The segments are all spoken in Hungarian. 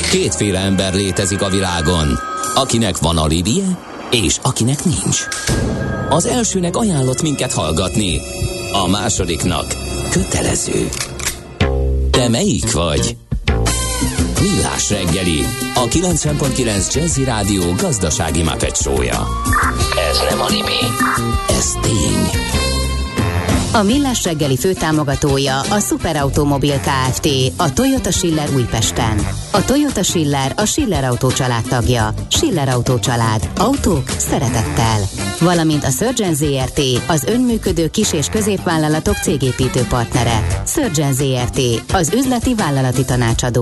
Kétféle ember létezik a világon, akinek van alibije, és akinek nincs. Az elsőnek ajánlott minket hallgatni, a másodiknak kötelező. Te melyik vagy? Millás reggeli, a 90.9 Jazzy Rádió gazdasági Muppet show-ja. Ez nem anime, ez tény. A Millás reggeli főtámogatója a Superautomobil Kft. A Toyota Schiller Újpesten. A Toyota Schiller a Schiller Autó család tagja. Schiller Autó család. Autók szeretettel. Valamint a Surgeon ZRT, az önműködő kis- és középvállalatok cégépítő partnere. Surgeon ZRT, az üzleti vállalati tanácsadó.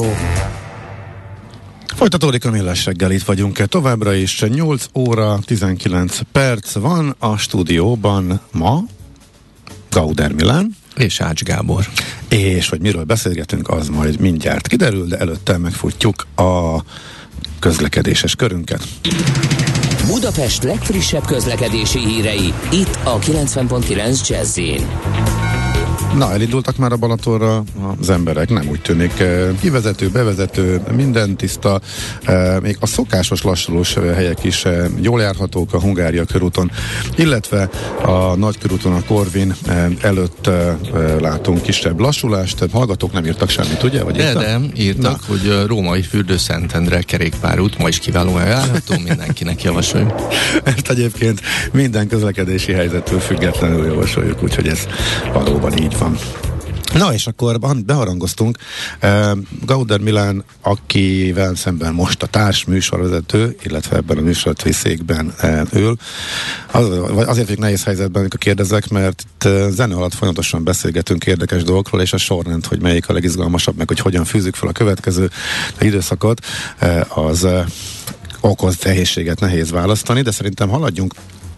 Folytatódik a Millás reggel, itt vagyunk továbbra is. 8 óra 19 perc van a stúdióban ma. Gauder Milán. És Ács Gábor. És hogy miről beszélgetünk, az majd mindjárt kiderül, de előtte megfutjuk a közlekedéses körünket. Budapest legfrissebb közlekedési hírei, itt a 90.9 Jazz-in. Na, elindultak már a Balatonra az emberek, nem úgy tűnik. Kivezető, bevezető, minden tiszta. Még a szokásos lassulós helyek is jól járhatók a Hungária körúton, illetve a Nagykörúton a Korvin előtt látunk kisebb lassulást. Hallgatók nem írtak semmit, ugye? Vagy de írtak, hogy Római Fürdő-Szentendre kerékpárút ma is kiválóan járható, mindenkinek javasoljuk. Ezt egyébként minden közlekedési helyzettől függetlenül javasoljuk, úgyhogy ez valóban így van. Na és akkor beharangoztunk Gauder Milán, akivel szemben most a társ műsorvezető, illetve ebben a műsorvezetői székben ül. Azért vagyok nehéz helyzetben, amikor kérdezek, mert itt zene alatt folyamatosan beszélgetünk érdekes dolgokról, és a sorrend, hogy melyik a legizgalmasabb, meg hogy hogyan fűzzük fel a következő időszakot, az okoz nehézséget, nehéz választani, de szerintem haladjunk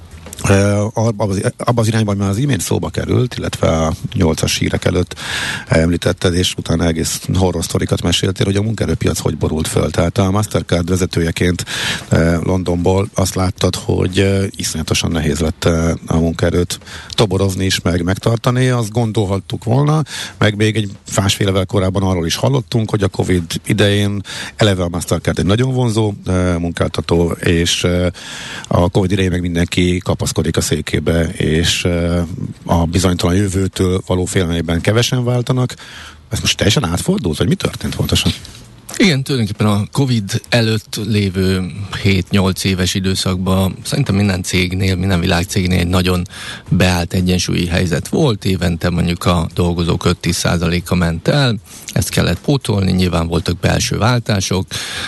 abban az irányban, már az imént szóba került, illetve a 8-as hírek előtt említetted, és utána egész horror sztorikat meséltél, hogy a munkaerőpiac hogy borult föl. Tehát a Mastercard vezetőjeként Londonból azt láttad, hogy iszonyatosan nehéz lett a munkaerőt toborozni is, meg megtartani. Azt gondolhattuk volna, meg még egy másfél évvel korábban arról is hallottunk, hogy a Covid idején eleve a Mastercard egy nagyon vonzó munkáltató, és a Covid idején meg mindenki kapaszkodik a székébe, és a bizonytalan jövőtől való félelmében kevesen váltanak. Ez most teljesen átfordult, vagy mi történt pontosan? Igen, tulajdonképpen a Covid előtt lévő 7-8 éves időszakban szerintem minden cégnél, minden világcégnél egy nagyon beállt egyensúlyi helyzet volt. Évente mondjuk a dolgozók 5-10%-a ment el, ezt kellett pótolni, nyilván voltak belső váltások,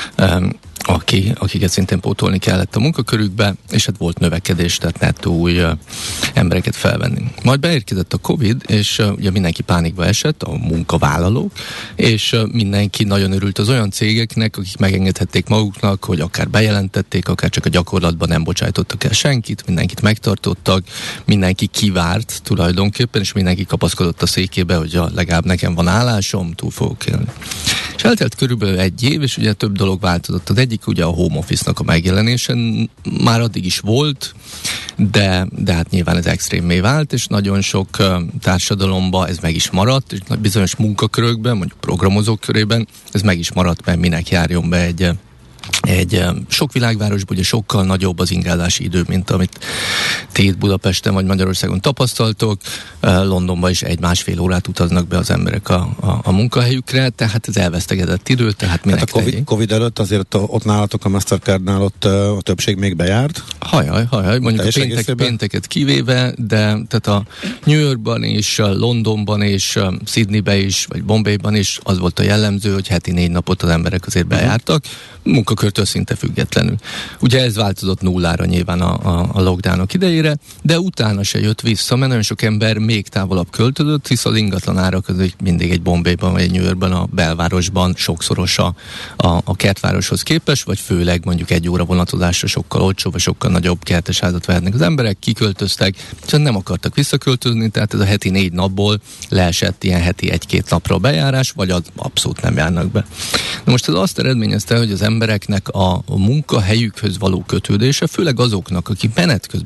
akiket szintén pótolni kellett a munkakörükbe, és hát volt növekedés, tehát nettó új embereket felvenni. Majd beérkezett a Covid, és ugye mindenki pánikba esett, a munkavállalók, és mindenki nagyon örült az olyan cégeknek, akik megengedhették maguknak, hogy akár bejelentették, akár csak a gyakorlatban nem bocsájtottak el senkit, mindenkit megtartottak, mindenki kivárt tulajdonképpen, és mindenki kapaszkodott a székébe, hogy legalább nekem van állásom, túl fogok élni. És eltelt körülbelül egy év, és ugye több dolog változott. Az egyik ugye a home office-nak a megjelenése már addig is volt, de hát nyilván ez extrémmé vált, és nagyon sok társadalomban ez meg is maradt, és bizonyos munkakörökben, mondjuk programozók körében ez meg is maradt, mert minek járjon be egy sok világvárosban ugye sokkal nagyobb az ingázási idő, mint amit ti Budapesten vagy Magyarországon tapasztaltok. Londonban is 1-1,5 órát utaznak be az emberek a munkahelyükre, tehát ez elvesztegetett idő, tehát minek a Covid előtt azért ott nálatok, a Mastercardnál ott a többség még bejárt? Hajaj, mondjuk a pénteket kivéve, de tehát a New Yorkban és Londonban és Sydneyben is, vagy Bombayban is az volt a jellemző, hogy heti 4 napot az emberek azért bejártak, munkakörtől szinte függetlenül. Ugye ez változott nullára nyilván a lockdownok idejére, de utána se jött vissza, mert nagyon sok ember még távolabb költözött, hisz az ingatlan árak az mindig egy Bombayban vagy egy New Yorkban, a belvárosban sokszoros a kertvároshoz képest, vagy főleg mondjuk 1 óra vonatozásra sokkal olcsóbb, vagy sokkal nagyobb kertesházat vehetnek az emberek, kiköltöztek, és nem akartak visszaköltözni, tehát ez a heti 4 napból leesett ilyen heti 1-2 napra bejárás, vagy az abszolút nem járnak be. Na most ez azt eredményezte, hogy az embereknek a munkahelyükhöz való kötődése, főleg azoknak, akik menet közben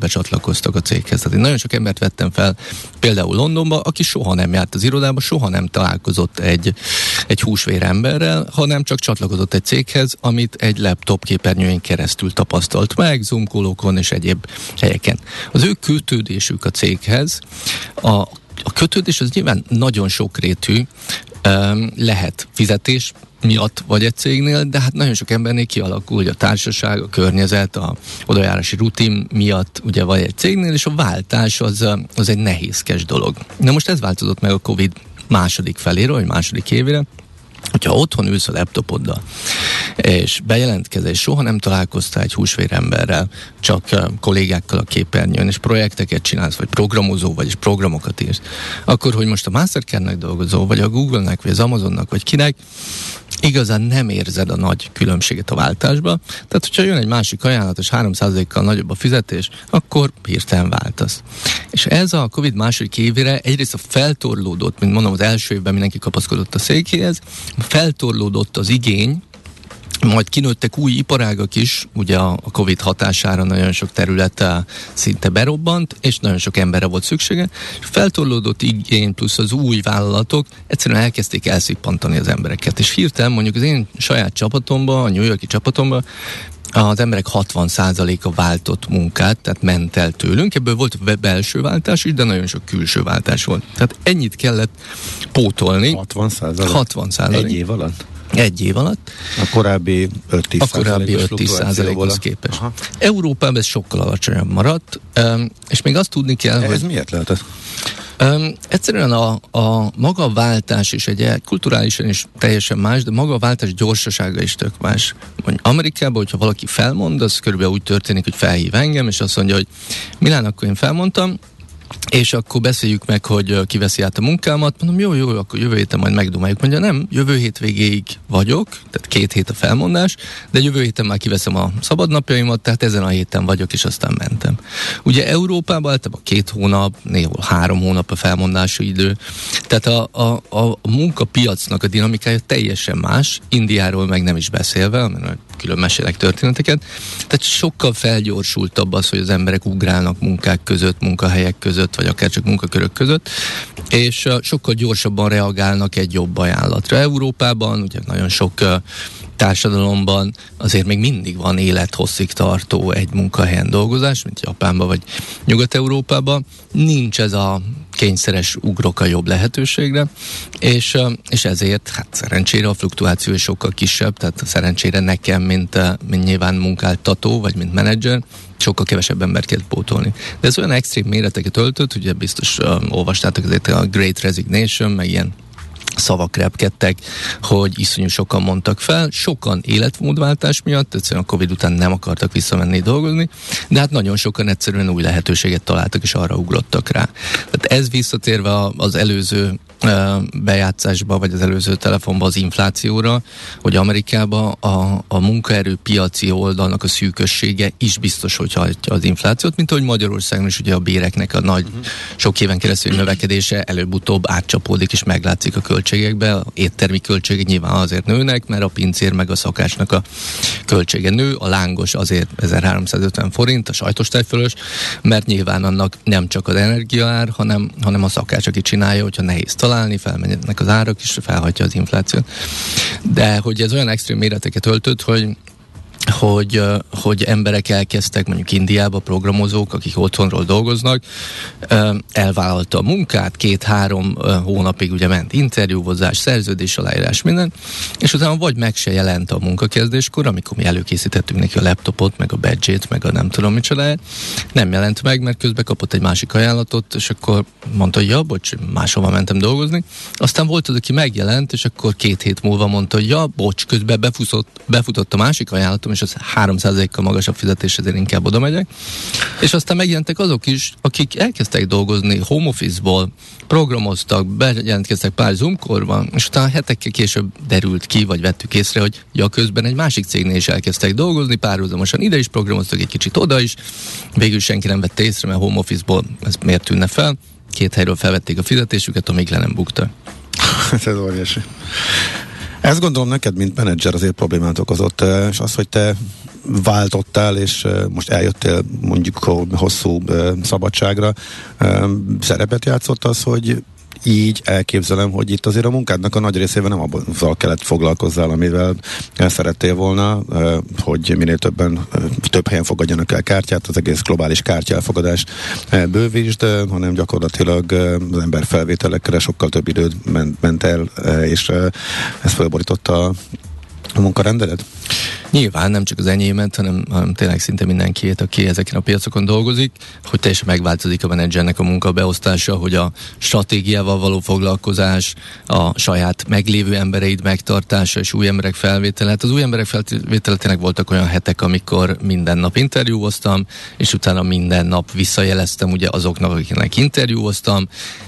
csatlakoztak a céghez. Tehát én nagyon sok embert vettem fel, például Londonba, aki soha nem járt az irodába, soha nem találkozott egy húsvér emberrel, hanem csak csatlakozott egy céghez, amit egy laptop képernyőjén keresztül tapasztalt meg, Zoom callokon és egyéb helyeken. Az ő kötődésük a céghez, a kötődés az nyilván nagyon sokrétű, lehet fizetés miatt vagy egy cégnél, de hát nagyon sok embernél kialakul, hogy a társaság, a környezet, a odajárási rutin miatt ugye vagy egy cégnél, és a váltás az egy nehézkes dolog. Na most ez változott meg a Covid második feléről, vagy második évére, hogyha otthon ülsz a laptopoddal, és bejelentkezel, és soha nem találkoztál egy húsvér emberrel, csak kollégákkal a képernyőn, és projekteket csinálsz, vagy programozó, vagyis programokat írsz, akkor, hogy most a Mastercardnak dolgozó, vagy a Google-nek, vagy az Amazonnak, vagy kinek, igazán nem érzed a nagy különbséget a váltásba. Tehát, hogyha jön egy másik ajánlat, és 3%-kal nagyobb a fizetés, akkor hirtelen váltasz. És ez a Covid második évére egyrészt a feltorlódott, mint mondom, az első évben mindenki kapaszkodott a székéhez, feltorlódott az igény, majd kinőttek új iparágak is, ugye a Covid hatására nagyon sok terület szinte berobbant, és nagyon sok emberre volt szüksége, és feltorlódott igény plusz az új vállalatok egyszerűen elkezdték elszippantani az embereket, és hirtelen mondjuk az én saját csapatomban, a New York-i csapatomban az emberek 60%-a váltott munkát, tehát ment el tőlünk, ebből volt belső váltás is, de nagyon sok külső váltás volt. Tehát ennyit kellett pótolni. 60%? 60%. Egy év alatt? Egy év alatt. A korábbi 5-10%-hoz képest. Aha. Európában ez sokkal alacsonyabb maradt, és még azt tudni kell, ez miért lehetett? Egyszerűen a maga a váltás is kulturálisan is teljesen más, de maga a váltás gyorsasága is tök más. Amerikában, hogyha valaki felmond, az körülbelül úgy történik, hogy felhív engem, és azt mondja, hogy Milán, akkor én felmondtam, és akkor beszéljük meg, hogy kiveszi át a munkámat. Mondom, jó, akkor jövő héten majd megdumáljuk. Mondja, nem, jövő hét végéig vagyok, tehát 2 hét a felmondás, de jövő héten már kiveszem a szabadnapjaimat, tehát ezen a héten vagyok, és aztán mentem. Ugye Európában általában 2 hónap, néhol 3 hónap a felmondási idő. Tehát a munkapiacnak a dinamikája teljesen más, Indiáról meg nem is beszélve, mert külön mesélek történeteket. Tehát sokkal felgyorsultabb az, hogy az emberek ugrálnak munkák között, munkahelyek között, vagy akár csak munkakörök között, és sokkal gyorsabban reagálnak egy jobb ajánlatra. Európában, ugye nagyon sok társadalomban azért még mindig van élethosszig tartó egy munkahelyen dolgozás, mint Japánban vagy Nyugat-Európában. Nincs ez a kényszeres ugrok a jobb lehetőségre, és ezért hát szerencsére a fluktuáció is sokkal kisebb, tehát szerencsére nekem, mint nyilván munkáltató, vagy mint menedzser, sokkal kevesebb embert kell pótolni. De ez olyan extrém méreteket öltött, ugye biztos olvastátok azért a Great Resignation, meg ilyen szavak repkedtek, hogy iszonyú sokan mondtak fel, sokan életmódváltás miatt, egyszerűen a Covid után nem akartak visszamenni dolgozni, de hát nagyon sokan egyszerűen új lehetőséget találtak, és arra ugrottak rá. Tehát ez visszatérve az előző bejátszásba, vagy az előző telefonba az inflációra, hogy Amerikában a munkaerőpiaci oldalnak a szűkössége is biztos, hogy hajtja az inflációt, mint ahogy Magyarországon is ugye a béreknek a nagy, sok éven keresztül növekedése előbb-utóbb átcsapódik, és meglátszik a költségekbe. A éttermi költségek nyilván azért nőnek, mert a pincér meg a szakácsnak a költsége nő, a lángos azért 1350 forint, a sajtostájfölös, mert nyilván annak nem csak az energiaár, hanem a szakács, aki csinálja, hogyha nehéz találni, felmennek az árak, és felhajtja az inflációt. De hogy ez olyan extrém méreteket öltött, hogy emberek elkezdtek mondjuk Indiába, programozók, akik otthonról dolgoznak, elvállalta a munkát, 2-3 hónapig ugye ment interjúvozás, szerződés aláírás, minden, és utána vagy meg se jelent a munkakezdéskor, amikor mi előkészítettünk neki a laptopot, meg a badge-ét, meg a nem tudom micsodáját, nem jelent meg, mert közben kapott egy másik ajánlatot, és akkor mondta, hogy ja, bocs, máshova mentem dolgozni. Aztán volt az, aki megjelent, és akkor 2 hét múlva mondta, hogy ja, bocs, közben befutott a másik ajánlatom, és az 3%-kal magasabb fizetés, ezért inkább oda megyek. És aztán megjelentek azok is, akik elkezdtek dolgozni home office-ból, programoztak, bejelentkeztek pár Zoom-korban, és utána hetekkel később derült ki, vagy vettük észre, hogy ja, közben egy másik cégnél is elkezdtek dolgozni, párhuzamosan ide is programoztak, egy kicsit oda is. Végül senki nem vette észre, mert home office-ból ez miért tűnne fel. 2 helyről felvették a fizetésüket, amíg le nem buktak. Ez óriási. Ezt gondolom neked, mint menedzser azért problémát okozott, és az, hogy te váltottál, és most eljöttél mondjuk hosszú szabadságra, szerepet játszott az, hogy így elképzelem, hogy itt azért a munkádnak a nagy részében nem azzal kellett foglalkozzál, amivel szerettél volna, hogy minél több helyen fogadjanak el kártyát, az egész globális kártyelfogadás bővítsd, hanem gyakorlatilag az ember felvételekre sokkal több időt ment el, és ez felborította a munkarendelet? Nyilván nem csak az enyémet, hanem tényleg szinte mindenkiét, aki ezeken a piacokon dolgozik, hogy teljesen megváltozik a menedzsernek a munkabeosztása, hogy a stratégiával való foglalkozás, a saját meglévő embereid megtartása és új emberek felvétele. Hát az új emberek felvétele tényleg voltak olyan hetek, amikor minden nap interjúoztam, és utána minden nap visszajeleztem ugye azoknak, akiknek interjúoztam,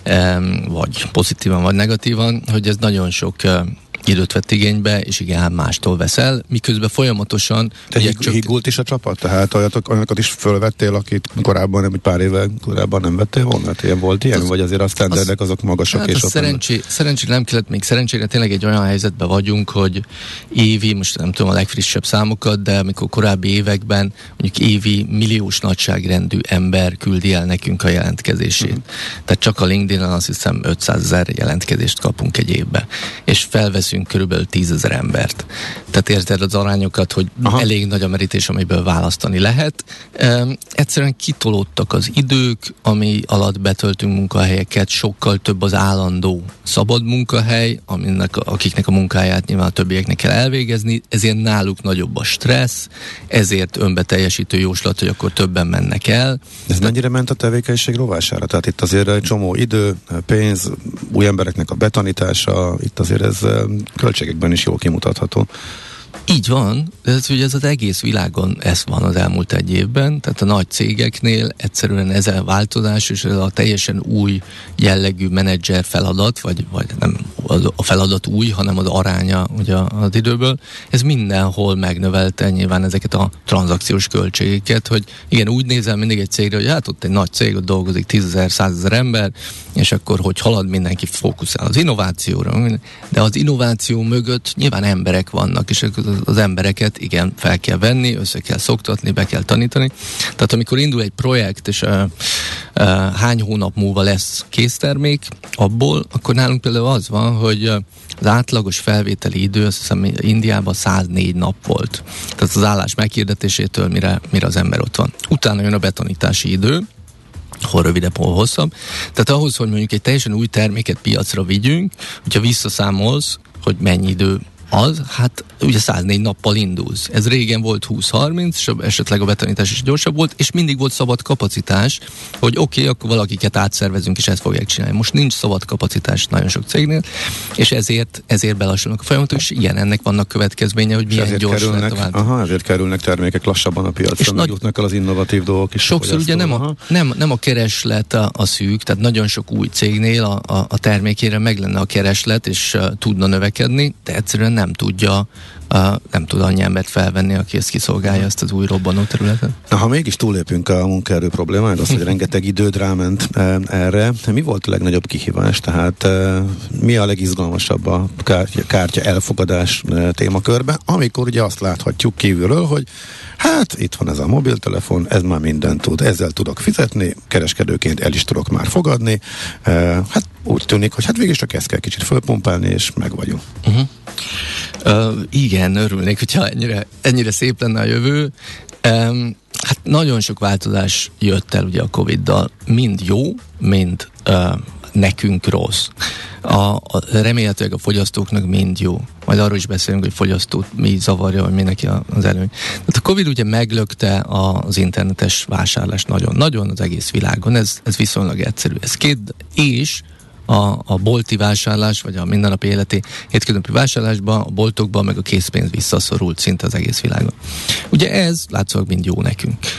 vagy pozitívan, vagy negatívan, hogy ez nagyon sok időt vett igénybe, és igen, mástól veszel, miközben folyamatosan... Te higgult is a csapat? Tehát olyanokat is fölvettél, akit korábban, egy pár éve korábban nem vettél volna? Hát ilyen volt ilyen? Vagy azért a standardek azok magasak? Hát és szerencsére nem kellett, még szerencsére tényleg egy olyan helyzetben vagyunk, hogy évi, most nem tudom a legfrissebb számokat, de amikor korábbi években mondjuk évi milliós nagyságrendű ember küldi el nekünk a jelentkezését. Tehát csak a LinkedIn-en azt hiszem 500 000 jelentkezést kapunk egy évbe. És felveszünk körülbelül 10 000 embert. Tehát érted az arányokat, hogy elég nagy a merítés, amiből választani lehet. Egyszerűen kitolódtak az idők, ami alatt betöltünk munkahelyeket, sokkal több az állandó szabad munkahely, akiknek a munkáját nyilván a többieknek kell elvégezni, ezért náluk nagyobb a stressz, ezért önbeteljesítő jóslat, hogy akkor többen mennek el. Ez mennyire ment a tevékenység rovására? Tehát itt azért egy csomó idő, pénz, új embereknek a betanítása, itt azért ez költségekben is jól kimutatható. Így van, ez az egész világon ez van az elmúlt egy évben, tehát a nagy cégeknél egyszerűen ez a változás, és ez a teljesen új jellegű menedzser feladat, vagy nem a feladat új, hanem az aránya ugye az időből, ez mindenhol megnövelte nyilván ezeket a tranzakciós költségeket, hogy igen, úgy nézel mindig egy cégre, hogy hát ott egy nagy cég, ott dolgozik 10 000, 100 000 ember, és akkor, hogy halad, mindenki fókuszál az innovációra, de az innováció mögött nyilván emberek vannak, és az embereket igen, fel kell venni, össze kell szoktatni, be kell tanítani. Tehát amikor indul egy projekt, és hány hónap múlva lesz késztermék abból, akkor nálunk például az van, hogy az átlagos felvételi idő, azt hiszem Indiában 104 nap volt. Tehát az állás meghirdetésétől, mire az ember ott van. Utána jön a betanítási idő, hol rövidebb, hol hosszabb. Tehát ahhoz, hogy mondjuk egy teljesen új terméket piacra vigyünk, hogyha visszaszámolsz, hogy mennyi idő az, hát ugye 104 nappal indulsz. Ez régen volt 20-30, és esetleg a betanítás is gyorsabb volt, és mindig volt szabad kapacitás, hogy oké, akkor valakiket átszervezünk, és ezt fogják csinálni. Most nincs szabad kapacitás nagyon sok cégnél, és ezért belassulnak a folyamatok, és igen, ennek vannak következménye, hogy milyen gyors lett a változás. Ezért kerülnek termékek lassabban a piacra, meg jutnak el az innovatív dolgok is. Sokszor ugye nem a kereslet a szűk, tehát nagyon sok új cégnél a termékére meg lenne a kereslet, és tudna növekedni, de egyszerűen nem tud annyi embert felvenni, aki ezt kiszolgálja, ezt az új robbanó területet. Na, ha mégis túllépünk a munkaerő problémára, az, hogy rengeteg időd ráment erre, mi volt a legnagyobb kihívás? Tehát mi a legizgalmasabb a kártya elfogadás témakörben, amikor ugye azt láthatjuk kívülről, hogy hát itt van ez a mobiltelefon, ez már mindent tud, ezzel tudok fizetni, kereskedőként el is tudok már fogadni, hát úgy tűnik, hogy hát végig csak ezt kell kicsit fölpumpálni, és meg vagyunk. Igen, örülnék, hogyha ennyire szép lenne a jövő. Hát nagyon sok változás jött el ugye a Covid-dal, mind jó, mind nekünk rossz. Remélhetőleg a fogyasztóknak mind jó. Majd arról is beszélünk, hogy fogyasztót mi zavarja, vagy mi neki az előny. Tehát a Covid ugye meglökte az internetes vásárlást nagyon-nagyon az egész világon. Ez viszonylag egyszerű. És a bolti vásárlás, vagy a mindennapi életi hétköznapi vásárlásban, a boltokban, meg a készpénz visszaszorult szinte az egész világon. Ugye ez látszólag mind jó nekünk.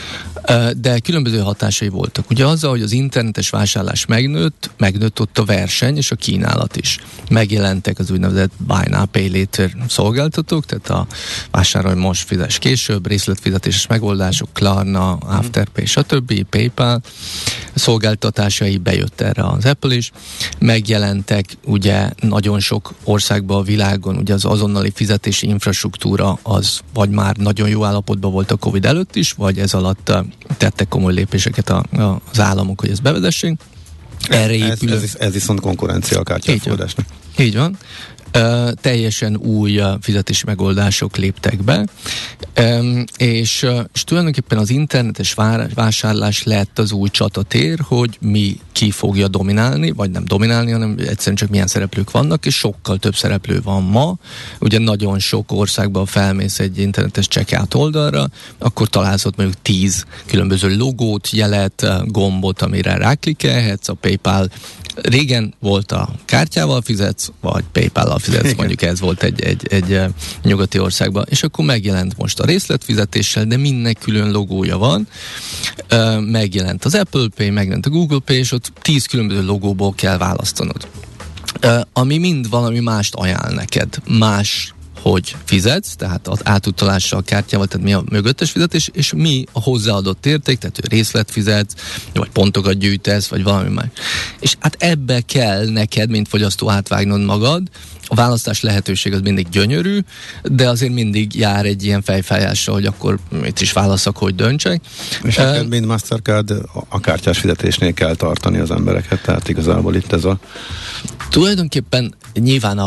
De különböző hatásai voltak. Ugye azzal, hogy az internetes vásárlás megnőtt ott a verseny és a kínálat is. Megjelentek az úgynevezett Buy Now, Pay Later szolgáltatók, tehát a vásárolj most, fizes később, részletfizetéses megoldások, Klarna, Afterpay, stb., PayPal szolgáltatásai, bejött erre az Apple is. Megjelentek ugye nagyon sok országban a világon, ugye az azonnali fizetési infrastruktúra az vagy már nagyon jó állapotban volt a Covid előtt is, vagy ez alatt tettek komoly lépéseket az államok, hogy ezt bevezessék. Erre épül. Ez viszont konkurencia a kártyafogadásnak. Így van. Teljesen új fizetési megoldások léptek be, és tulajdonképpen az internetes vásárlás lett az új csatatér, hogy ki fogja dominálni, vagy nem dominálni, hanem egyszerűen csak milyen szereplők vannak, és sokkal több szereplő van ma. Ugye nagyon sok országban felmész egy internetes checkout oldalra, akkor találsz ott mondjuk 10 különböző logót, jelet, gombot, amire ráklikkelhetsz. A PayPal régen volt a kártyával fizetsz, vagy PayPal-al fizetsz, igen. Mondjuk ez volt egy nyugati országban, és akkor megjelent most a részletfizetéssel, de mindennek külön logója van. Megjelent az Apple Pay, megjelent a Google Pay, és ott 10 különböző logóból kell választanod. Ami mind valami mást ajánl neked. Más, hogy fizetsz, tehát az átutalással a kártyával, tehát mi a mögöttes fizetés, és mi a hozzáadott érték, tehát részletfizetsz, vagy pontokat gyűjtesz, vagy valami más. És hát ebbe kell neked, mint fogyasztó átvágnod magad. A választás lehetőség az mindig gyönyörű, de azért mindig jár egy ilyen fejfájással, hogy akkor mit is válaszok, hogy döntsek. És neked, mint Mastercard, a kártyás fizetésnél kell tartani az embereket, tehát igazából itt ez a... Tulajdonképpen nyilván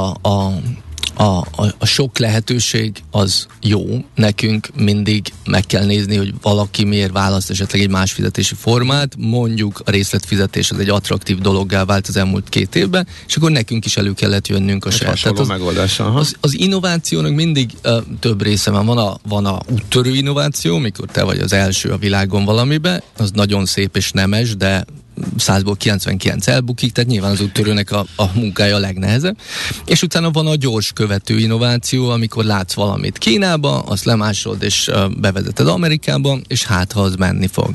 a sok lehetőség az jó, nekünk mindig meg kell nézni, hogy valaki miért választ esetleg egy más fizetési formát, mondjuk a részletfizetés az egy attraktív dologgá vált az elmúlt 2 évben, és akkor nekünk is elő kellett jönnünk a saját. Az innovációnak mindig több része van a úttörő innováció, mikor te vagy az első a világon valamibe, az nagyon szép és nemes, de 100-ból 99 elbukik, tehát nyilván az úttörőnek a munkája a legnehezebb. És utána van a gyors követő innováció, amikor látsz valamit Kínába, azt lemásolod és bevezeted Amerikába, és hát ha az menni fog.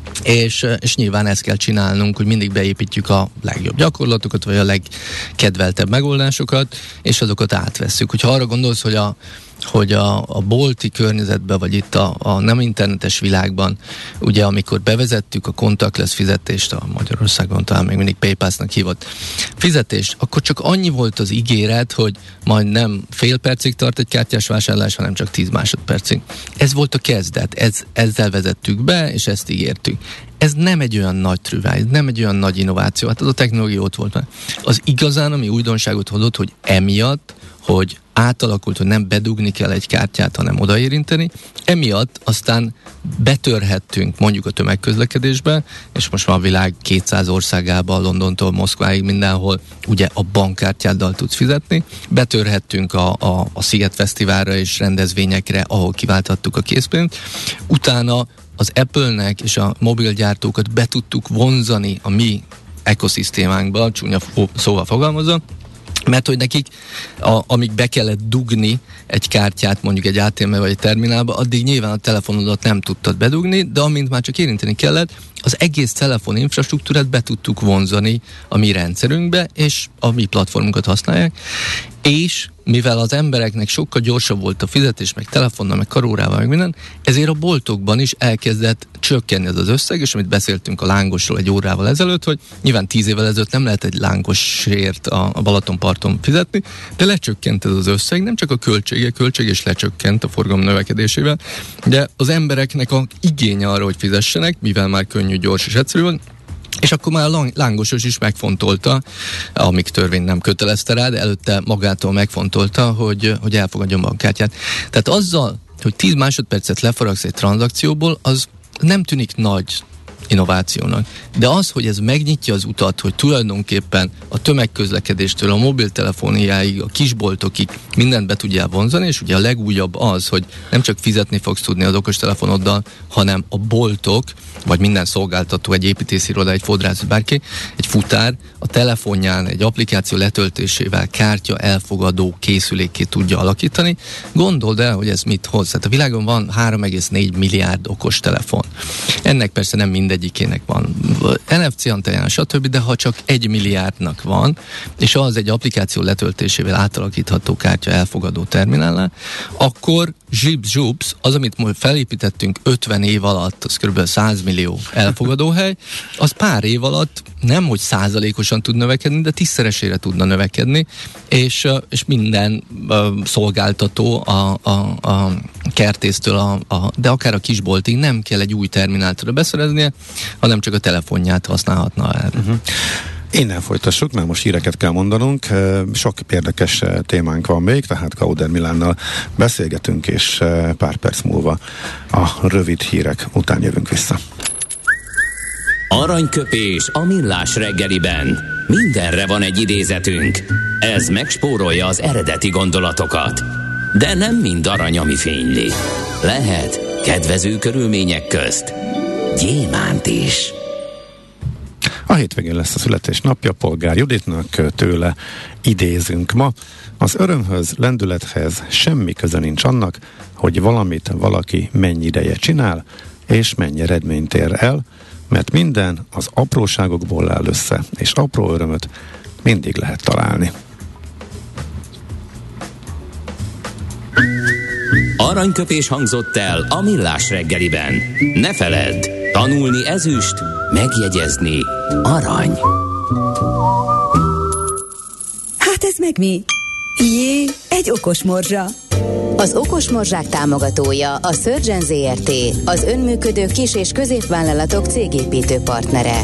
És nyilván ezt kell csinálnunk, hogy mindig beépítjük a legjobb gyakorlatokat, vagy a legkedveltebb megoldásokat, és azokat átvesszük. Hogyha arra gondolsz, hogy a bolti környezetben, vagy itt a nem internetes világban, ugye amikor bevezettük a contactless fizetést, a Magyarországon talán még mindig PayPass-nak hívott fizetést, akkor csak annyi volt az ígéret, hogy majd nem fél percig tart egy kártyás vásárlás, hanem csak 10 másodpercig. Ez volt a kezdet, ezzel vezettük be, és ezt ígértük. Ez nem egy olyan nagy trüváj, nem egy olyan nagy innováció, hát az a technológia ott volt már. Az igazán, ami újdonságot hozott, hogy emiatt, hogy átalakult, hogy nem bedugni kell egy kártyát, hanem odaérinteni. Emiatt aztán betörhettünk mondjuk a tömegközlekedésbe, és most már a világ 200 országában, Londontól Moszkváig mindenhol ugye a bankkártyáddal tudsz fizetni. Betörhettünk a Sziget Fesztiválra és rendezvényekre, ahol kiválthattuk a készpénzt. Utána az Apple-nek és a mobilgyártókat be tudtuk vonzani a mi ekoszisztémánkba, csúnya szóval fogalmazva, mert hogy nekik, amíg be kellett dugni egy kártyát mondjuk egy ATM vagy egy terminálba, addig nyilván a telefonodat nem tudtad bedugni, de amint már csak érinteni kellett, az egész telefon infrastruktúrát be tudtuk vonzani a mi rendszerünkbe, és a mi platformunkat használják, és mivel az embereknek sokkal gyorsabb volt a fizetés, meg telefonnal, meg karórával, meg minden, ezért a boltokban is elkezdett csökkenni az összeg, és amit beszéltünk a lángosról egy órával ezelőtt, hogy nyilván 10 évvel ezelőtt nem lehet egy lángosért a Balatonparton fizetni, de lecsökkent ez az összeg, nem csak a költség is lecsökkent a forgalom növekedésével, de az embereknek a igénye arra, hogy fizessenek, mivel már könnyű, gyors és egyszerű van, és akkor már a lángosos is megfontolta, amíg törvény nem kötelezte rá, de előtte magától megfontolta, hogy elfogadjon bankkártyát. Tehát azzal, hogy 10 másodpercet lefaragsz egy tranzakcióból, az nem tűnik nagy innovációnak. De az, hogy ez megnyitja az utat, hogy tulajdonképpen a tömegközlekedéstől a mobiltelefóniáig, a kisboltokig mindent be tudjál vonzani, és ugye a legújabb az, hogy nem csak fizetni fogsz tudni az okostelefonoddal, hanem a boltok, vagy minden szolgáltató, egy építésziroda, egy fodrász, bárki, egy futár a telefonján egy applikáció letöltésével kártya elfogadó készülékké tudja alakítani. Gondold el, hogy ez mit hoz. Hát a világon van 3,4 milliárd okostelefon. Ennek persze nem mindegyikének van NFC antennája, stb., de ha csak 1 milliárdnak van, és az egy applikáció letöltésével átalakítható kártya elfogadó terminállá, akkor zsibs, az, amit most felépítettünk 50 év alatt, az kb. 100 millió elfogadóhely, az pár év alatt nem, hogy százalékosan tud növekedni, de 10-szeresére tudna növekedni, és minden szolgáltató a kertésztől, de akár a kisboltig nem kell egy új termináltra beszereznie, hanem csak a telefonját használhatna erre. Innen folytassuk, mert most híreket kell mondanunk. Sok érdekes témánk van még, tehát Gauder Milánnal beszélgetünk, és pár perc múlva a rövid hírek után jövünk vissza. Aranyköpés a Millás reggeliben. Mindenre van egy idézetünk. Ez megspórolja az eredeti gondolatokat. De nem mind arany, ami fényli. Lehet kedvező körülmények közt gyémánt is. A hétvégén lesz a születésnapja Polgár Juditnak, tőle idézünk ma. Az örömhöz, lendülethez semmi köze nincs annak, hogy valamit valaki mennyi ideje csinál, és mennyi eredményt ér el, mert minden az apróságokból áll össze, és apró örömöt mindig lehet találni. Aranyköpés hangzott el a Millás reggeliben. Ne feledd, tanulni ezüst, megjegyezni arany. Hát ez meg mi? Jé, egy okos morzsa. Az okos morzsák támogatója a Surgeon Zrt., az önműködő kis- és középvállalatok cégépítő partnere.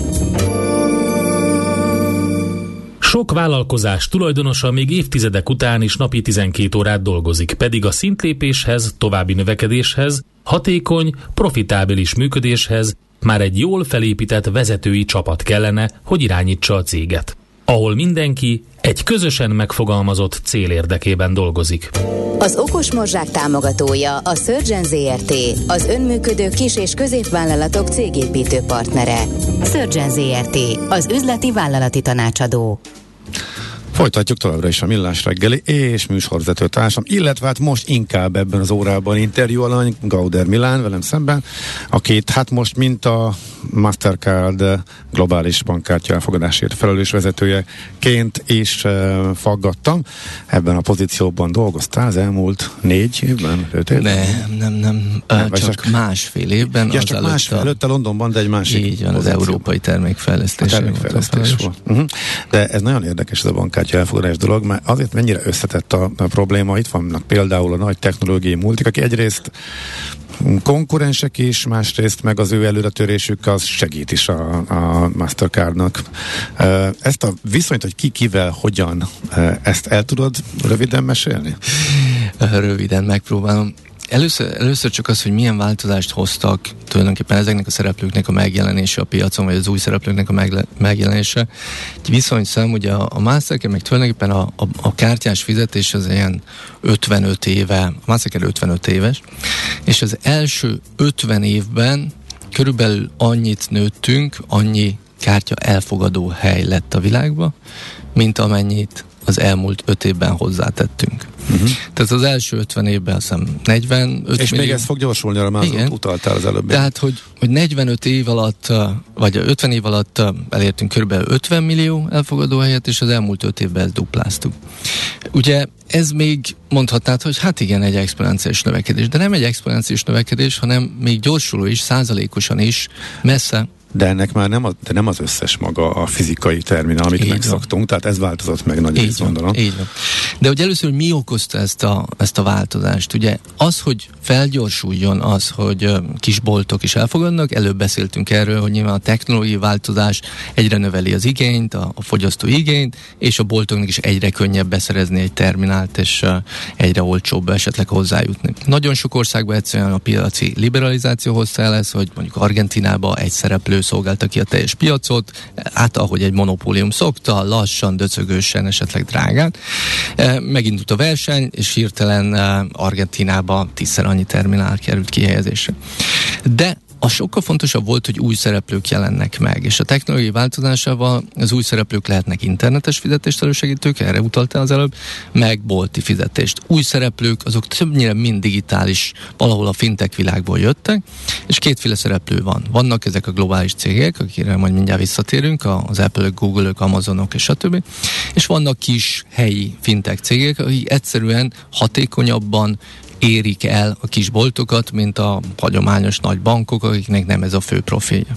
Sok vállalkozás tulajdonosa még évtizedek után is napi 12 órát dolgozik, pedig a szintlépéshez, további növekedéshez, hatékony, profitábilis működéshez már egy jól felépített vezetői csapat kellene, hogy irányítsa a céget, ahol mindenki egy közösen megfogalmazott cél érdekében dolgozik. Az okos morzsák támogatója a Surgeon Zrt., az önműködő kis- és középvállalatok cégépítő partnere. Surgeon Zrt., az üzleti vállalati tanácsadó. Folytatjuk továbbra is a Millás reggeli és műsorvezető társam, illetve hát most inkább ebben az órában interjú alany Gauder Milán velem szemben, akit hát most mint a Mastercard globális bankkártya elfogadásért felelős vezetőjeként is faggattam. Ebben a pozícióban dolgoztál az elmúlt 4 évben? 5 évben? Nem. Csak másfél évben. Ja, csak másfél előtte Londonban, de egy másik így van, az európai termékfejlesztés. Volt. De ez nagyon érdekes ez a bankkártya elfogadás dolog, mert azért mennyire összetett a probléma. Itt vannak például a nagy technológiai multik, aki egyrészt konkurensek is, másrészt meg az ő előretörésük az segít is a Mastercardnak. Ezt a viszonyt, hogy ki kivel, hogyan, ezt el tudod röviden mesélni? Röviden megpróbálom. Először csak az, hogy milyen változást hoztak tulajdonképpen ezeknek a szereplőknek a megjelenése a piacon, vagy az új szereplőknek a megjelenése. Egy viszonyszám, ugye a Mastercard, meg tulajdonképpen a kártyás fizetés az ilyen 55 éve, a Mastercard 55 éves, és az első 50 évben körülbelül annyit nőttünk, annyi kártya elfogadó hely lett a világba, mint amennyit az elmúlt 5 évben hozzátettünk. Tehát az első 50 évben azt hiszem 45 és millió. még ez fog gyorsulni, arra már utaltál az előbb. Tehát, hogy 45 év alatt, vagy 50 év alatt elértünk kb. 50 millió elfogadóhelyet, és az elmúlt 5 évben ezt dupláztuk. Ugye ez még mondhatnád, hogy hát igen, egy exponenciális növekedés, de nem egy exponenciális növekedés, hanem még gyorsuló is, százalékosan is, messze. De ennek már nem az összes maga a fizikai terminál, amit megszoktunk, tehát ez változott meg nagy részt, gondolom. Így van. De hogy először mi okozta ezt a változást? Ugye az, hogy felgyorsuljon az, hogy kisboltok is elfogadnak, előbb beszéltünk erről, hogy nyilván a technológiai változás egyre növeli az igényt, a fogyasztói igényt, és a boltoknak is egyre könnyebb beszerezni egy terminált, és egyre olcsóbb esetleg hozzájutni. Nagyon sok országban egyszerűen a piaci liberalizáció hozta el ez, hogy mondjuk Argentínában egy szereplő szolgálta ki a teljes piacot, hát ahogy egy monopólium szokta, lassan, döcögősen, esetleg drágán. Megindult a verseny, és hirtelen Argentínába 10-szer annyi terminál került kihelyezésre. De a sokkal fontosabb volt, hogy új szereplők jelennek meg, és a technológiai változásával az új szereplők lehetnek internetes fizetést elősegítők, erre utaltál az előbb, meg bolti fizetést. Új szereplők, azok többnyire mind digitális, valahol a fintech világból jöttek, és kétféle szereplő van. Vannak ezek a globális cégek, akire majd mindjárt visszatérünk, az Apple-ök, Google-ök, Amazonok és stb. És vannak kis helyi fintech cégek, akik egyszerűen hatékonyabban érik el a kis boltokat, mint a hagyományos nagy bankok, akiknek nem ez a fő profilja.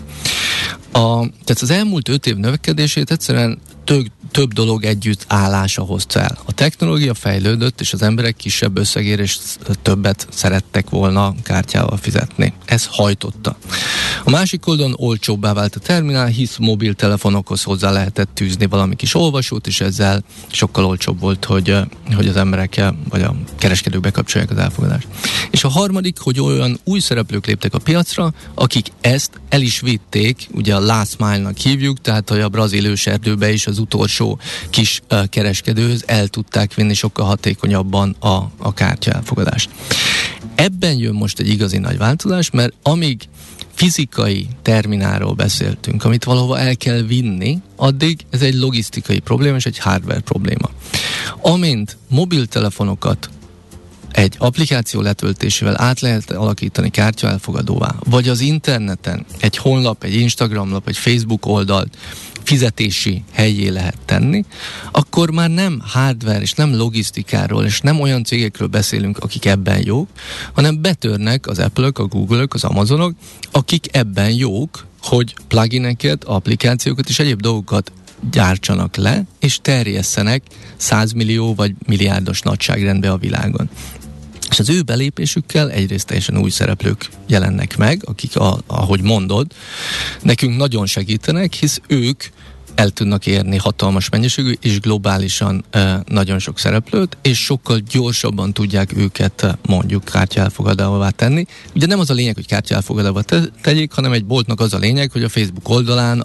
Tehát az elmúlt 5 év növekedését egyszerűen több dolog együtt állása hozta el. A technológia fejlődött, és az emberek kisebb összegért és többet szerettek volna kártyával fizetni. Ez hajtotta. A másik oldalon olcsóbbá vált a terminál, hisz mobiltelefonokhoz hozzá lehetett tűzni valami kis olvasót, és ezzel sokkal olcsóbb volt, hogy az emberek vagy a kereskedők bekapcsolják az elfogadást. És a harmadik, hogy olyan új szereplők léptek a piacra, akik ezt el is vitték, ugye a last mile-nak hívjuk, tehát hogy a brazil őserdőbe is az utolsó kis kereskedőhöz el tudták vinni sokkal hatékonyabban a kártya elfogadást. Ebben jön most egy igazi nagy változás, mert amíg fizikai terminálról beszéltünk, amit valahova el kell vinni, addig ez egy logisztikai probléma és egy hardware probléma. Amint mobiltelefonokat egy applikáció letöltésével át lehet alakítani kártya elfogadóvá, vagy az interneten egy honlap, egy Instagramlap, egy Facebook oldalt fizetési helyé lehet tenni, akkor már nem hardware és nem logisztikáról és nem olyan cégekről beszélünk, akik ebben jók, hanem betörnek az Apple-ök, a Google-ök, az Amazonok, akik ebben jók, hogy plugineket, applikációkat és egyéb dolgokat gyártsanak le, és terjesszenek 100 millió vagy milliárdos nagyságrendbe a világon. És az ő belépésükkel egyrészt teljesen új szereplők jelennek meg, akik, ahogy mondod, nekünk nagyon segítenek, hisz ők el tudnak érni hatalmas mennyiségű és globálisan nagyon sok szereplőt, és sokkal gyorsabban tudják őket mondjuk kártya elfogadóvá tenni. Ugye nem az a lényeg, hogy kártya elfogadóvá tegyék, hanem egy boltnak az a lényeg, hogy a Facebook oldalán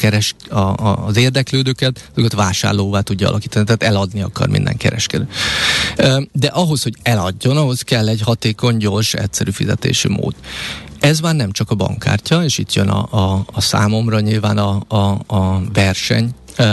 az érdeklődőket, azokat vásárlóvá tudja alakítani, tehát eladni akar minden kereskedő. De ahhoz, hogy eladjon, ahhoz kell egy hatékony, gyors, egyszerű fizetési mód. Ez már nem csak a bankkártya, és itt jön a számomra nyilván a verseny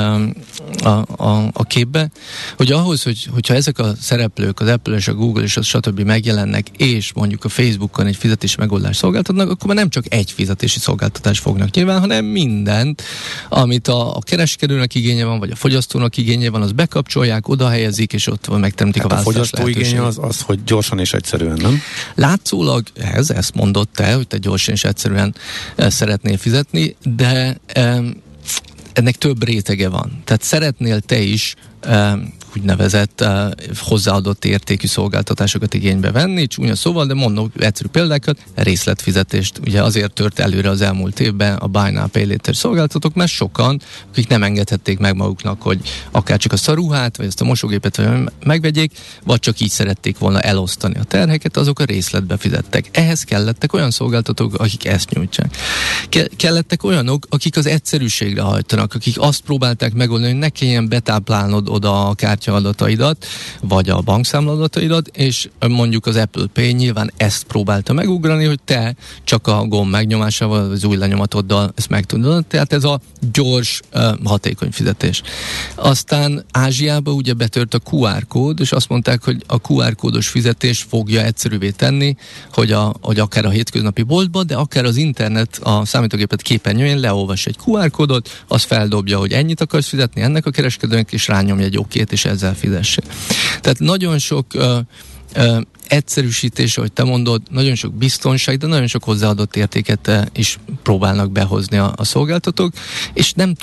a képbe, hogy ahhoz, hogyha ezek a szereplők, az Apple és a Google és a stb. Megjelennek, és mondjuk a Facebookon egy fizetési megoldást szolgáltatnak, akkor már nem csak egy fizetési szolgáltatást fognak nyilván, hanem mindent, amit a kereskedőnek igénye van, vagy a fogyasztónak igénye van, az bekapcsolják, oda helyezik, és ott megteremtik a választás lehetőséget. A fogyasztó igénye az, hogy gyorsan és egyszerűen, nem? Látszólag ezt mondott te, hogy te gyorsan és egyszerűen szeretnél fizetni, de ennek több rétege van. Tehát szeretnél te is úgynevezett hozzáadott értékű szolgáltatásokat igénybe venni, csúnya szóval, de mondom egyszerű példákat, részletfizetést. Ugye azért tört előre az elmúlt évben a Buy Now Pay Later szolgáltatók, mert sokan, akik nem engedhették meg maguknak, hogy akár csak a ruhát, vagy ezt a mosógépet megvegyék, vagy csak így szerették volna elosztani a terheket, azok a részletbe fizettek. Ehhez kellettek olyan szolgáltatók, akik ezt nyújtják. Kellettek olyanok, akik az egyszerűségre hajtanak, akik azt próbálták megoldani, hogy ne kelljen betáplálnod oda a kártyaadataidat, vagy a bankszámladataidat, és mondjuk az Apple Pay nyilván ezt próbálta megugrani, hogy te csak a gomb megnyomásával, az új lenyomatoddal ezt meg tudod. Tehát ez a gyors, hatékony fizetés. Aztán Ázsiában ugye betört a QR kód, és azt mondták, hogy a QR kódos fizetés fogja egyszerűvé tenni, hogy akár a hétköznapi boltba, de akár az internet, a számítógépet képernyőjén leolvas egy QR kódot, az feldobja, hogy ennyit akarsz fizetni ennek a kereskedőnek, és rányomja egy okét, és ezzel fizesse. Tehát nagyon sok egyszerűsítés, ahogy te mondod, nagyon sok biztonság, de nagyon sok hozzáadott értéket is próbálnak behozni a szolgáltatók, és nem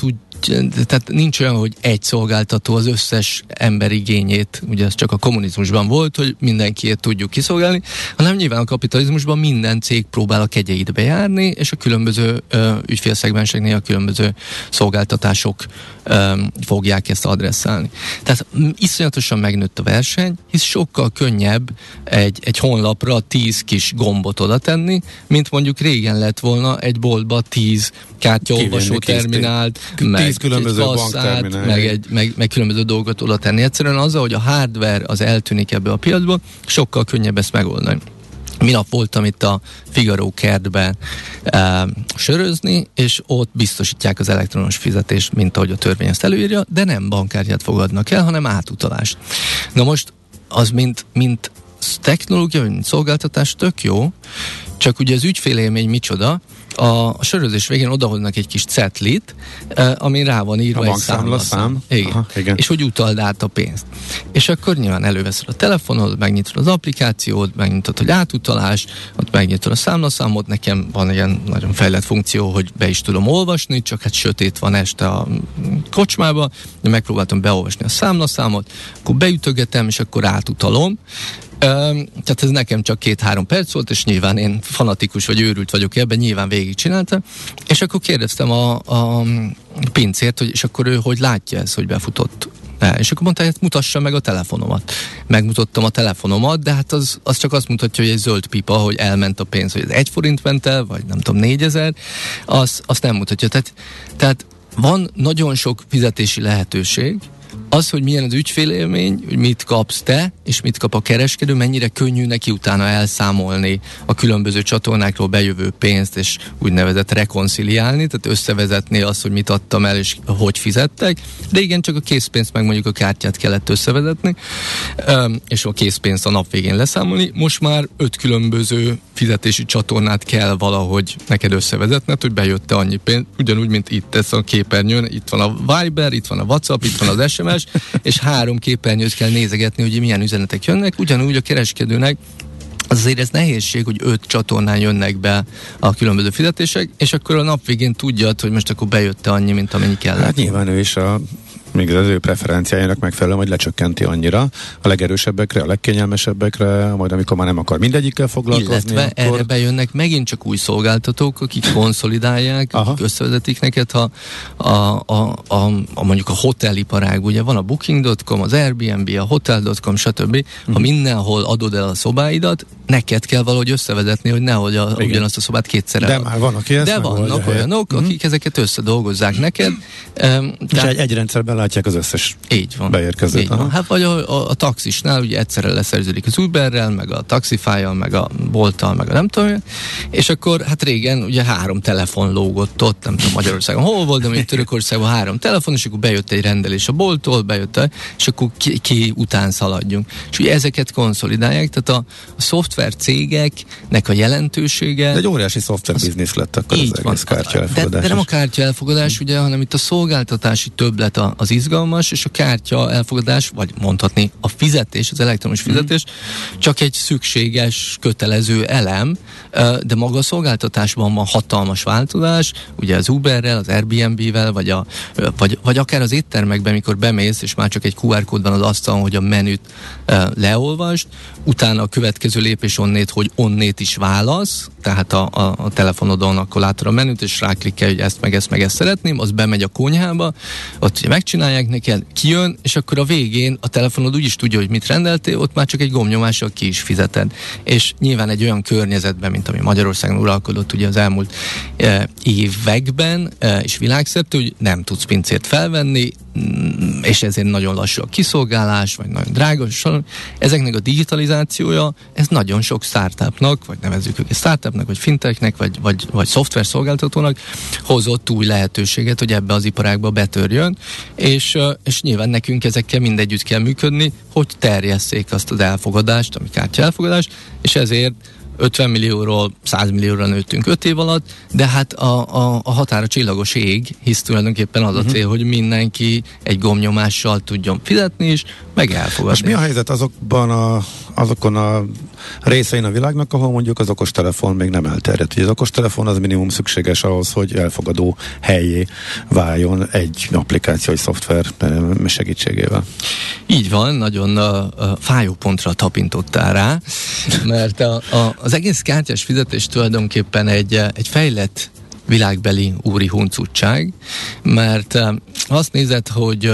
tehát nincs olyan, hogy egy szolgáltató az összes ember igényét, ugye ez csak a kommunizmusban volt, hogy mindenkiét tudjuk kiszolgálni, hanem nyilván a kapitalizmusban minden cég próbál a kegyeit bejárni, és a különböző ügyfélszegmenseknél a különböző szolgáltatások fogják ezt adresszálni. Tehát iszonyatosan megnőtt a verseny, hisz sokkal könnyebb egy honlapra 10 kis gombot oda tenni, mint mondjuk régen lett volna egy boltba 10 kártyaolvasó terminált, meg különböző bankterminál, meg különböző dolgot oda tenni. Egyszerűen azzal, hogy a hardware az eltűnik ebbe a piacból, sokkal könnyebb ezt megoldani. Minap voltam itt a Figaro kertben sörözni, és ott biztosítják az elektronos fizetést, mint ahogy a törvény ezt előírja, de nem bankkártyát fogadnak el, hanem átutalást. Na most az mint technológia, mint szolgáltatás tök jó, csak ugye az ügyfélélmény micsoda, a sörözés végén odahoznak egy kis cetlit, ami rá van írva egy számlaszám. Igen. Aha, igen. És hogy utald át a pénzt. És akkor nyilván előveszed a telefonod, megnyitod az applikációt, megnyitod, hogy átutalás, ott megnyitod a számlaszámot, nekem van ilyen nagyon fejlett funkció, hogy be is tudom olvasni, csak hát sötét van este a kocsmába, de megpróbáltam beolvasni a számlaszámot, akkor beütögetem, és akkor átutalom. Tehát ez nekem csak 2-3 perc volt, és nyilván én fanatikus vagy őrült vagyok ebben, nyilván végigcsináltam, és akkor kérdeztem a pincért, hogy és akkor ő hogy látja ezt, hogy befutott. És akkor mondta, hogy mutassa meg a telefonomat. Megmutattam a telefonomat, de hát az csak azt mutatja, hogy egy zöld pipa, hogy elment a pénz, hogy ez 1 forint ment el, vagy nem tudom 4000, azt nem mutatja. Tehát van nagyon sok fizetési lehetőség. Az, hogy milyen az ügyfélélmény, hogy mit kapsz te, és mit kap a kereskedő, mennyire könnyű neki utána elszámolni a különböző csatornákról bejövő pénzt, és úgynevezett rekonciliálni, tehát összevezetni azt, hogy mit adtam el, és hogy fizettek. De igen, csak a készpénzt, meg mondjuk a kártyát kellett összevezetni, és a készpénzt a nap végén leszámolni. Most már 5 különböző fizetési csatornát kell valahogy neked összevezetned, hogy bejött-e annyi pénz, ugyanúgy, mint itt ez a képernyőn, itt van a Viber, itt van a WhatsApp, itt van az SMS, és 3 képernyőt kell nézegetni, hogy milyen üzenetek jönnek, ugyanúgy a kereskedőnek azért ez nehézség, hogy 5 csatornán jönnek be a különböző fizetések, és akkor a nap végén tudjad, hogy most akkor bejött annyi, mint amennyi kellett. Hát nyilván ő is még az ő preferenciájának megfelelően, hogy lecsökkenti annyira a legerősebbekre, a legkényelmesebbekre, majd amikor már nem akar mindegyikkel foglalkozni. Illetve akkor erre bejönnek megint csak új szolgáltatók, akik konszolidálják, akik összevezetik neked, ha mondjuk a hoteliparág, ugye van a Booking.com, az Airbnb, a Hotel.com, stb. Ha mindenhol adod el a szobáidat, neked kell valahogy összevezetni, hogy nehogy ugyanazt a szobát kétszer De már van, aki ezt De vannak olyanok, akik ezeket összedolgozzák neked. És egy rendszerben látják az összes így van, beérkezőt. Így van. Hát vagy a taxisnál ugye egyszerre leszerződik az Uberrel, meg a Taxify-jal, meg a Bolttal, meg a nem tudom, és akkor hát régen ugye 3 telefon lógott ott, nem tudom Magyarországon hol volt, de még Törökországban 3 telefon, és akkor bejött egy rendelés a bolttól, és akkor ki után szaladjunk. És ugye ezeket konszolidálják, tehát a szoftver cégeknek a jelentősége. De egy óriási szoftver biznisz lett akkor így az egész kártya elfogadás. De nem a kártya elfogadás, ugye, hanem itt a szolgáltatási többlet az izgalmas, és a kártya elfogadás, vagy mondhatni a fizetés, az elektromos fizetés csak egy szükséges, kötelező elem, de maga a szolgáltatásban van hatalmas változás, ugye az Uberrel, az Airbnb-vel, vagy akár az éttermekben, mikor bemész, és már csak egy QR kód van az asztalon, hogy a menüt leolvasd, utána a következő lépés onnét, hogy onnét is válasz, tehát a telefonodon akkor látod a menüt, és ráklikkel, hogy ezt meg ezt szeretném, az bemegy a konyhába, ott ugye megcsinálják neked, kijön, és akkor a végén a telefonod úgy is tudja, hogy mit rendeltél, ott már csak egy gombnyomással ki is fizeted. És nyilván egy olyan környezetben, mint ami Magyarországon uralkodott ugye az elmúlt években, és világszerte, hogy nem tudsz pincért felvenni, és ezért nagyon lassú a kiszolgálás, vagy nagyon drága, ezeknek a digitalizációja, ez nagyon sok startupnak, vagy nevezzük őket startupnak, vagy fintechnek, vagy szoftver szolgáltatónak hozott új lehetőséget, hogy ebbe az iparágba betörjön, és nyilván nekünk ezekkel mindegyütt kell működni, hogy terjesszék azt az elfogadást, ami kártya elfogadást, és ezért 50 millióról 100 millióra nőttünk 5 év alatt, de hát a határa csillagos ég, hisz tulajdonképpen az a cél, hogy mindenki egy gombnyomással tudjon fizetni is, meg elfogadni. Most mi a helyzet azokon a részein a világnak, ahol mondjuk az okostelefon még nem elterjedt. Ugye az okostelefon az minimum szükséges ahhoz, hogy elfogadó helyé váljon egy applikáció, egy szoftver segítségével. Így van, nagyon fájó pontra tapintottál rá, mert az egész kártyás fizetés tulajdonképpen egy fejlett világbeli úri huncutság, mert azt nézed,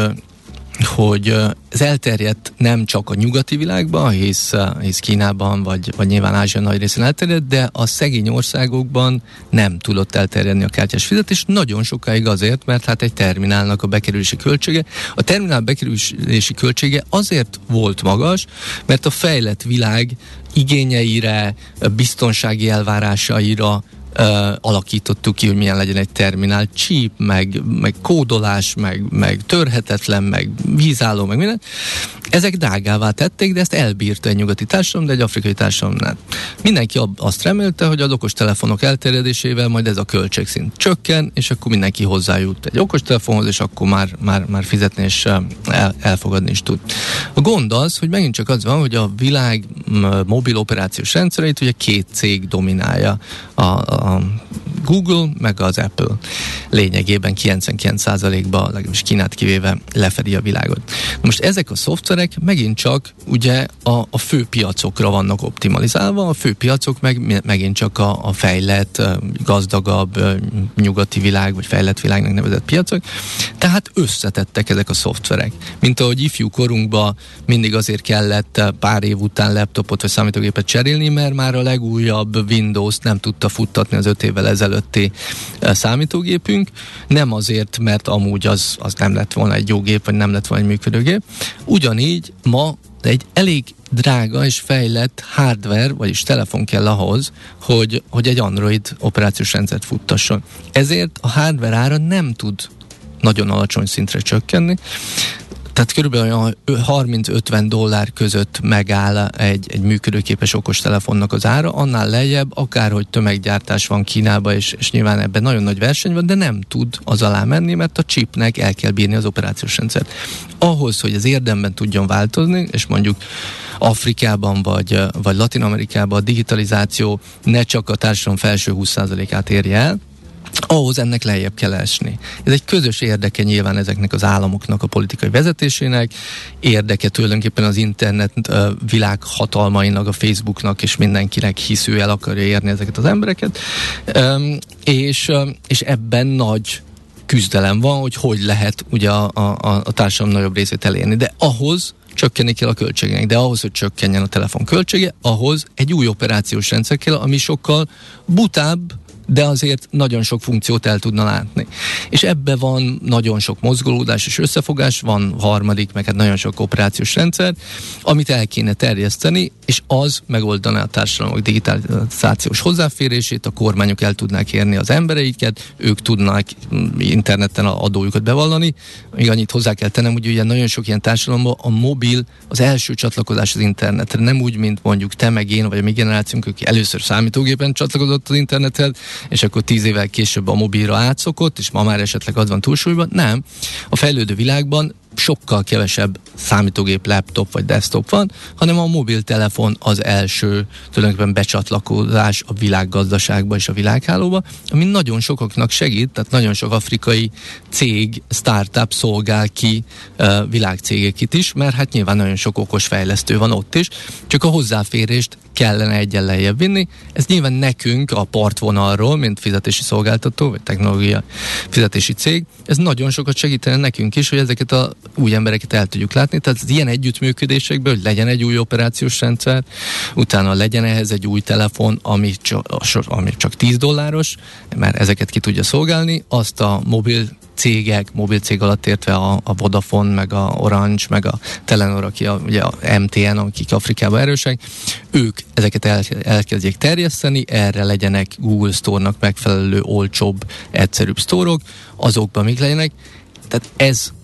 hogy ez elterjedt nem csak a nyugati világban, hisz Kínában, vagy nyilván Ázsia nagy részén elterjedt, de a szegény országokban nem tudott elterjedni a kártyás fizetés, nagyon sokáig azért, mert hát egy terminálnak a bekerülési költsége. A terminál bekerülési költsége azért volt magas, mert a fejlett világ igényeire, biztonsági elvárásaira alakítottuk ki, hogy milyen legyen egy terminál, chip, meg kódolás, meg törhetetlen, meg vízálló, meg minden. Ezek drágává tették, de ezt elbírta egy nyugati társadalom, de egy afrikai társadalom nem. Mindenki azt remélte, hogy az okostelefonok elterjedésével majd ez a költségszint csökken, és akkor mindenki hozzájut egy okostelefonhoz, és akkor már fizetni és elfogadni is tud. A gond az, hogy megint csak az van, hogy a világ mobil operációs rendszereit ugye két cég dominálja, a Google meg az Apple. Lényegében 99%-ban, legalábbis Kínát kivéve lefedi a világot. Most ezek a szoftverek megint csak ugye a fő piacokra vannak optimalizálva, a fő piacok megint csak a fejlett, gazdagabb nyugati világ, vagy fejlett világnak nevezett piacok, tehát összetettek ezek a szoftverek. Mint ahogy ifjú korunkban mindig azért kellett pár év után laptopot vagy számítógépet cserélni, mert már a legújabb Windows-t nem tudta futtatni az 5 évvel ezelőtti számítógépünk, nem azért, mert amúgy az nem lett volna egy jó gép, vagy nem lett volna egy működőgép. Ugyanígy ma egy elég drága és fejlett hardware, vagyis telefon kell ahhoz, hogy egy Android operációs rendszert futtasson. Ezért a hardware ára nem tud nagyon alacsony szintre csökkenni, tehát körülbelül $30-50 között megáll egy működőképes okostelefonnak az ára, annál lejjebb, akárhogy tömeggyártás van Kínában, és nyilván ebben nagyon nagy verseny van, de nem tud az alá menni, mert a chipnek el kell bírni az operációs rendszert. Ahhoz, hogy az érdemben tudjon változni, és mondjuk Afrikában vagy Latin-Amerikában a digitalizáció ne csak a társadalom felső 20%-át érje el, ahhoz ennek lejjebb kell esni. Ez egy közös érdeke nyilván ezeknek az államoknak, a politikai vezetésének, érdeke tulajdonképpen az internet világhatalmainak, a Facebooknak és mindenkinek, hisz ő el akarja érni ezeket az embereket, és ebben nagy küzdelem van, hogy lehet ugye a társadalom nagyobb részét elérni. De ahhoz csökkenni kell a költségének, de ahhoz, hogy csökkenjen a telefon költsége, ahhoz egy új operációs rendszer kell, ami sokkal butább, de azért nagyon sok funkciót el tudna látni. És ebbe van nagyon sok mozgolódás és összefogás, van harmadik, meg hát nagyon sok operációs rendszer, amit el kéne terjeszteni, és az megoldaná a társadalmak digitalizációs hozzáférését, a kormányok el tudnák érni az embereiket, ők tudnák interneten az adójukat bevallani. Még annyit hozzá kell tennem, hogy ugye nagyon sok ilyen társadalomban a mobil az első csatlakozás az internetre, nem úgy, mint mondjuk te meg én, vagy a mi generációnk, aki először számítógépen csatlakozott az internethez, és akkor 10 évvel később a mobilra átszokott, és ma már esetleg az van túlsúlyban. Nem. A fejlődő világban sokkal kevesebb számítógép, laptop vagy desktop van, hanem a mobiltelefon az első tulajdonképpen becsatlakozás a világgazdaságba és a világhálóba, ami nagyon sokaknak segít, tehát nagyon sok afrikai cég, startup szolgál ki világcégeket is, mert hát nyilván nagyon sok okos fejlesztő van ott is, csak a hozzáférést kellene egyen lejjebb vinni. Ez nyilván nekünk a partvonalról, mint fizetési szolgáltató, vagy technológia fizetési cég, ez nagyon sokat segítene nekünk is, hogy ezeket a új embereket el tudjuk látni. Tehát az ilyen együttműködésekből, hogy legyen egy új operációs rendszer, utána legyen ehhez egy új telefon, ami csak $10, mert ezeket ki tudja szolgálni, azt a mobil cég alatt értve a Vodafone, meg a Orange, meg a Telenor, ugye a MTN, akik Afrikában erősek, ők ezeket elkezdjék terjeszteni, erre legyenek Google Store-nak megfelelő, olcsóbb, egyszerűbb sztórok, azokban még legyenek. Tehát ez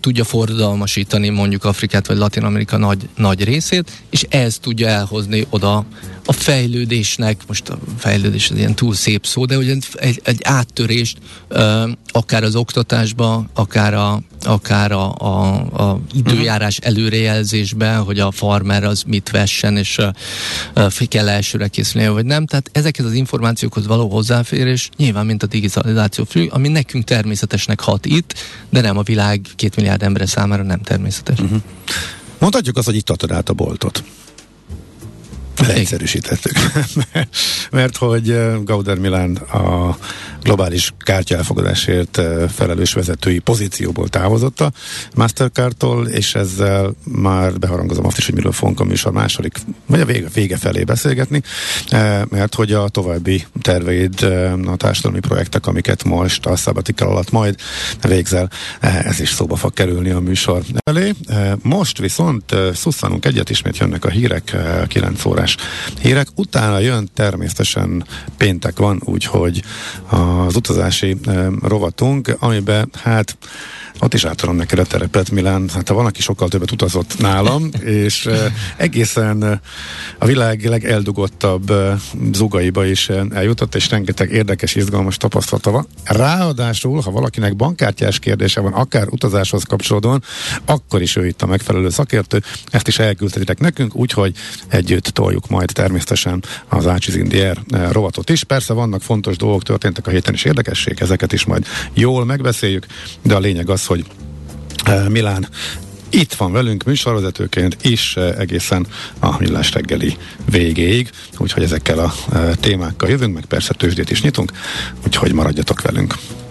tudja forradalmasítani mondjuk Afrikát vagy Latin-Amerika nagy részét, és ez tudja elhozni oda a fejlődésnek, most a fejlődés az ilyen túl szép szó, de ugye egy áttörést akár az oktatásba, akár a időjárás előrejelzésbe, hogy a farmer az mit vessen, és kell elsőre készülnie, vagy nem. Tehát ezekhez az információkhoz való hozzáférés nyilván, mint a digitalizáció függ, ami nekünk természetesnek hat itt, de nem a világ 2 milliárd ember számára nem természetes. Mondhatjuk azt, hogy itt adtad át a boltot. Leegyszerűsítettük. Mert hogy Gauder Milán a globális kártyaelfogadásért felelős vezetői pozícióból távozott a Mastercardtól, és ezzel már beharangozom azt is, hogy miről fogunk a műsor második, vagy a vége felé beszélgetni, mert hogy a további terveid, a társadalmi projektek, amiket most a Sabbatical alatt majd végzel, ez is szóba fog kerülni a műsor elé. Most viszont szusszanunk egyet, ismét jönnek a hírek, 9 órás hírek, utána jön természetesen péntek van, úgyhogy az utazási rovatunk, amiben hát ott is átadom neked a terepet, Milán. Hát ha van, aki sokkal többet utazott nálam, és egészen a világ legeldugottabb zugaiba is eljutott, és rengeteg érdekes, izgalmas tapasztalata van. Ráadásul, ha valakinek bankkártyás kérdése van, akár utazáshoz kapcsolódóan, akkor is ő itt a megfelelő szakértő. Ezt is elküldhetitek nekünk, úgyhogy együtt toljuk majd természetesen az Ácsiz in the Air rovatot is. Persze vannak fontos dolgok, történtek a héten is érdekesség, ezeket is majd jól megbeszéljük, de a lényeg az, hogy Milán itt van velünk műsorvezetőként is egészen a Millás reggeli végéig, úgyhogy ezekkel a témákkal jövünk, meg persze tőzsdét is nyitunk, úgyhogy maradjatok velünk.